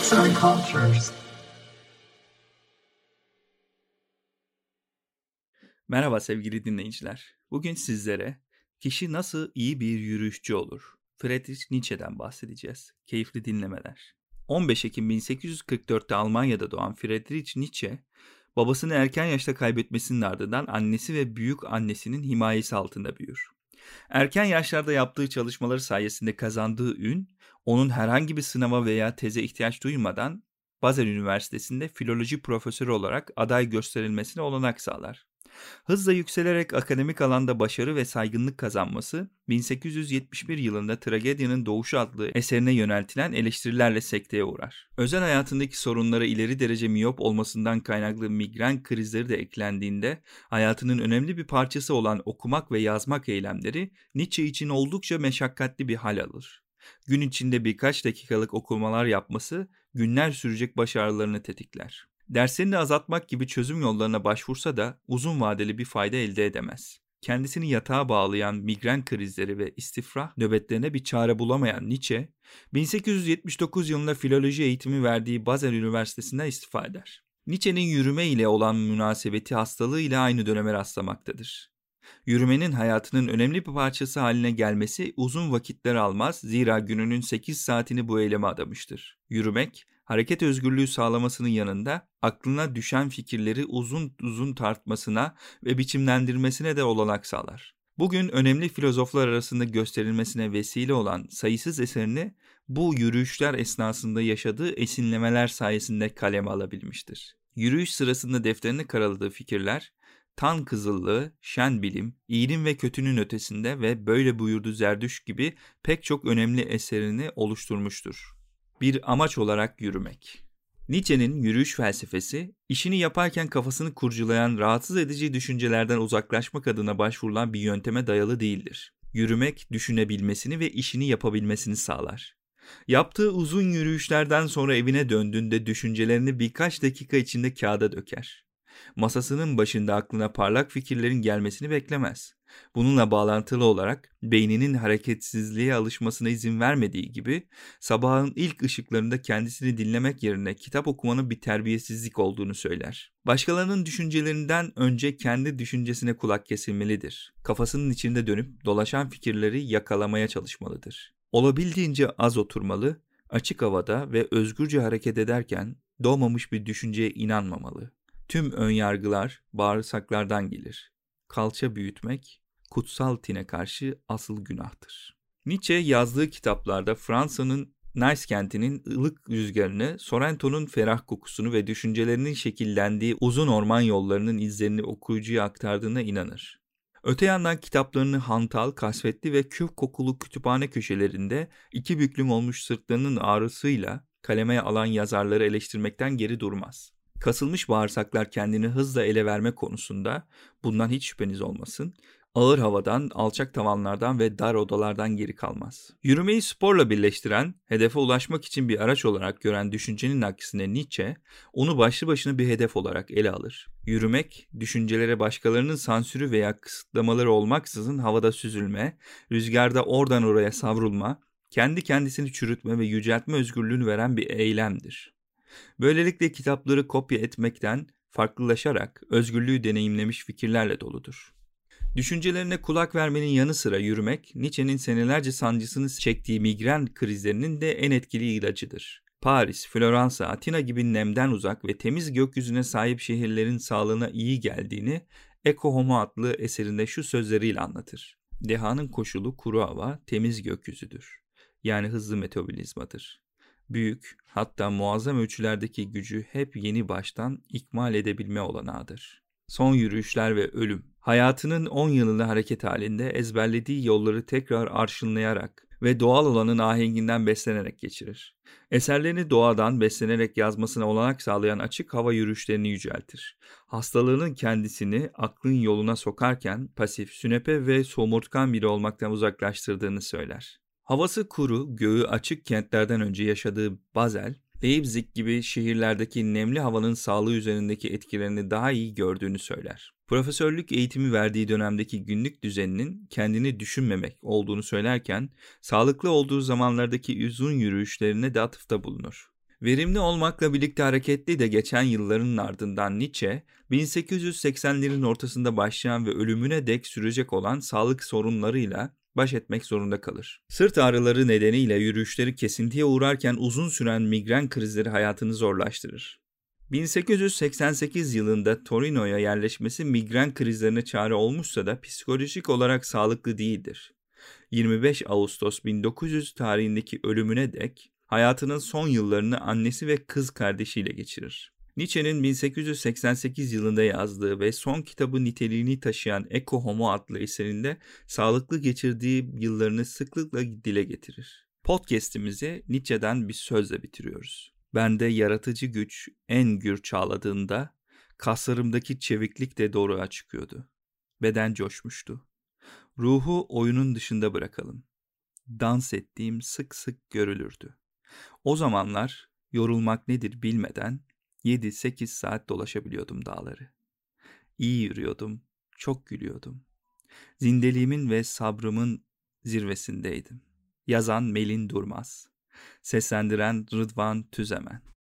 Arts and Cultures. Merhaba sevgili dinleyiciler. Bugün sizlere kişi nasıl iyi bir yürüyüşçü olur? Friedrich Nietzsche'den bahsedeceğiz. Keyifli dinlemeler. 15 Ekim 1844'te Almanya'da doğan Friedrich Nietzsche, babasını erken yaşta kaybetmesinin ardından annesi ve büyük annesinin himayesi altında büyür. Erken yaşlarda yaptığı çalışmaları sayesinde kazandığı ün, onun herhangi bir sınava veya teze ihtiyaç duymadan Basel Üniversitesi'nde filoloji profesörü olarak aday gösterilmesine olanak sağlar. Hızla yükselerek akademik alanda başarı ve saygınlık kazanması, 1871 yılında Tragedyanın Doğuşu adlı eserine yöneltilen eleştirilerle sekteye uğrar. Özel hayatındaki sorunlara ileri derece miyop olmasından kaynaklı migren krizleri de eklendiğinde, hayatının önemli bir parçası olan okumak ve yazmak eylemleri Nietzsche için oldukça meşakkatli bir hal alır. Gün içinde birkaç dakikalık okumalar yapması, günler sürecek başarılarını tetikler. Derslerini azaltmak gibi çözüm yollarına başvursa da uzun vadeli bir fayda elde edemez. Kendisini yatağa bağlayan migren krizleri ve istifrah nöbetlerine bir çare bulamayan Nietzsche, 1879 yılında filoloji eğitimi verdiği Basel Üniversitesi'nden istifa eder. Nietzsche'nin yürüme ile olan münasebeti hastalığı ile aynı döneme rastlamaktadır. Yürümenin hayatının önemli bir parçası haline gelmesi uzun vakitler almaz, zira gününün 8 saatini bu eyleme adamıştır. Yürümek, hareket özgürlüğü sağlamasının yanında aklına düşen fikirleri uzun uzun tartmasına ve biçimlendirmesine de olanak sağlar. Bugün önemli filozoflar arasında gösterilmesine vesile olan sayısız eserini bu yürüyüşler esnasında yaşadığı esinlemeler sayesinde kaleme alabilmiştir. Yürüyüş sırasında defterine karaladığı fikirler, tan kızıllığı, şen bilim, iyinin ve kötünün ötesinde ve böyle buyurdu Zerdüşt gibi pek çok önemli eserini oluşturmuştur. Bir amaç olarak yürümek. Nietzsche'nin yürüyüş felsefesi, işini yaparken kafasını kurcalayan rahatsız edici düşüncelerden uzaklaşmak adına başvurulan bir yönteme dayalı değildir. Yürümek, düşünebilmesini ve işini yapabilmesini sağlar. Yaptığı uzun yürüyüşlerden sonra evine döndüğünde düşüncelerini birkaç dakika içinde kağıda döker. Masasının başında aklına parlak fikirlerin gelmesini beklemez. Bununla bağlantılı olarak beyninin hareketsizliğe alışmasına izin vermediği gibi sabahın ilk ışıklarında kendisini dinlemek yerine kitap okumanın bir terbiyesizlik olduğunu söyler. Başkalarının düşüncelerinden önce kendi düşüncesine kulak kesilmelidir. Kafasının içinde dönüp dolaşan fikirleri yakalamaya çalışmalıdır. Olabildiğince az oturmalı, açık havada ve özgürce hareket ederken doğmamış bir düşünceye inanmamalı. Tüm önyargılar bağırsaklardan gelir. Kalça büyütmek, kutsal tine karşı asıl günahtır. Nietzsche yazdığı kitaplarda Fransa'nın Nice kentinin ılık rüzgarını, Sorrento'nun ferah kokusunu ve düşüncelerinin şekillendiği uzun orman yollarının izlerini okuyucuya aktardığına inanır. Öte yandan kitaplarını hantal, kasvetli ve küf kokulu kütüphane köşelerinde iki büklüm olmuş sırtlarının ağrısıyla kaleme alan yazarları eleştirmekten geri durmaz. Kasılmış bağırsaklar kendini hızla ele verme konusunda, bundan hiç şüpheniz olmasın, ağır havadan, alçak tavanlardan ve dar odalardan geri kalmaz. Yürümeyi sporla birleştiren, hedefe ulaşmak için bir araç olarak gören düşüncenin aksine Nietzsche, onu başlı başına bir hedef olarak ele alır. Yürümek, düşüncelere başkalarının sansürü veya kısıtlamaları olmaksızın havada süzülme, rüzgarda oradan oraya savrulma, kendi kendisini çürütme ve yüceltme özgürlüğünü veren bir eylemdir. Böylelikle kitapları kopya etmekten farklılaşarak özgürlüğü deneyimlemiş fikirlerle doludur. Düşüncelerine kulak vermenin yanı sıra yürümek, Nietzsche'nin senelerce sancısını çektiği migren krizlerinin de en etkili ilacıdır. Paris, Floransa, Atina gibi nemden uzak ve temiz gökyüzüne sahip şehirlerin sağlığına iyi geldiğini Ecce Homo adlı eserinde şu sözleriyle anlatır. Dehanın koşulu kuru hava, temiz gökyüzüdür. Yani hızlı metabolizmadır. Büyük, hatta muazzam ölçülerdeki gücü hep yeni baştan ikmal edebilme olanağıdır. Son yürüyüşler ve ölüm. Hayatının 10 yılını hareket halinde ezberlediği yolları tekrar arşınlayarak ve doğal olanın ahenginden beslenerek geçirir. Eserlerini doğadan beslenerek yazmasına olanak sağlayan açık hava yürüyüşlerini yüceltir. Hastalığının kendisini aklın yoluna sokarken pasif, sünepe ve somurtkan biri olmaktan uzaklaştırdığını söyler. Havası kuru, göğü açık kentlerden önce yaşadığı Basel, Leipzig gibi şehirlerdeki nemli havanın sağlığı üzerindeki etkilerini daha iyi gördüğünü söyler. Profesörlük eğitimi verdiği dönemdeki günlük düzeninin kendini düşünmemek olduğunu söylerken, sağlıklı olduğu zamanlardaki uzun yürüyüşlerine de atıfta bulunur. Verimli olmakla birlikte hareketli de geçen yılların ardından Nietzsche, 1880'lerin ortasında başlayan ve ölümüne dek sürecek olan sağlık sorunlarıyla baş etmek zorunda kalır. Sırt ağrıları nedeniyle yürüyüşleri kesintiye uğrarken uzun süren migren krizleri hayatını zorlaştırır. 1888 yılında Torino'ya yerleşmesi migren krizlerine çare olmuşsa da psikolojik olarak sağlıklı değildir. 25 Ağustos 1900 tarihindeki ölümüne dek hayatının son yıllarını annesi ve kız kardeşiyle geçirir. Nietzsche'nin 1888 yılında yazdığı ve son kitabı niteliğini taşıyan Ecce Homo adlı eserinde sağlıklı geçirdiği yıllarını sıklıkla dile getirir. Podcast'imizi Nietzsche'den bir sözle bitiriyoruz. Bende yaratıcı güç en gür çağladığında kaslarımdaki çeviklik de doğruğa çıkıyordu. Beden coşmuştu. Ruhu oyunun dışında bırakalım. Dans ettiğim sık sık görülürdü. O zamanlar yorulmak nedir bilmeden 7-8 saat dolaşabiliyordum dağları. İyi yürüyordum, çok gülüyordum. Zindeliğimin ve sabrımın zirvesindeydim. Yazan Melin Durmaz. Seslendiren Rıdvan Tüzemen.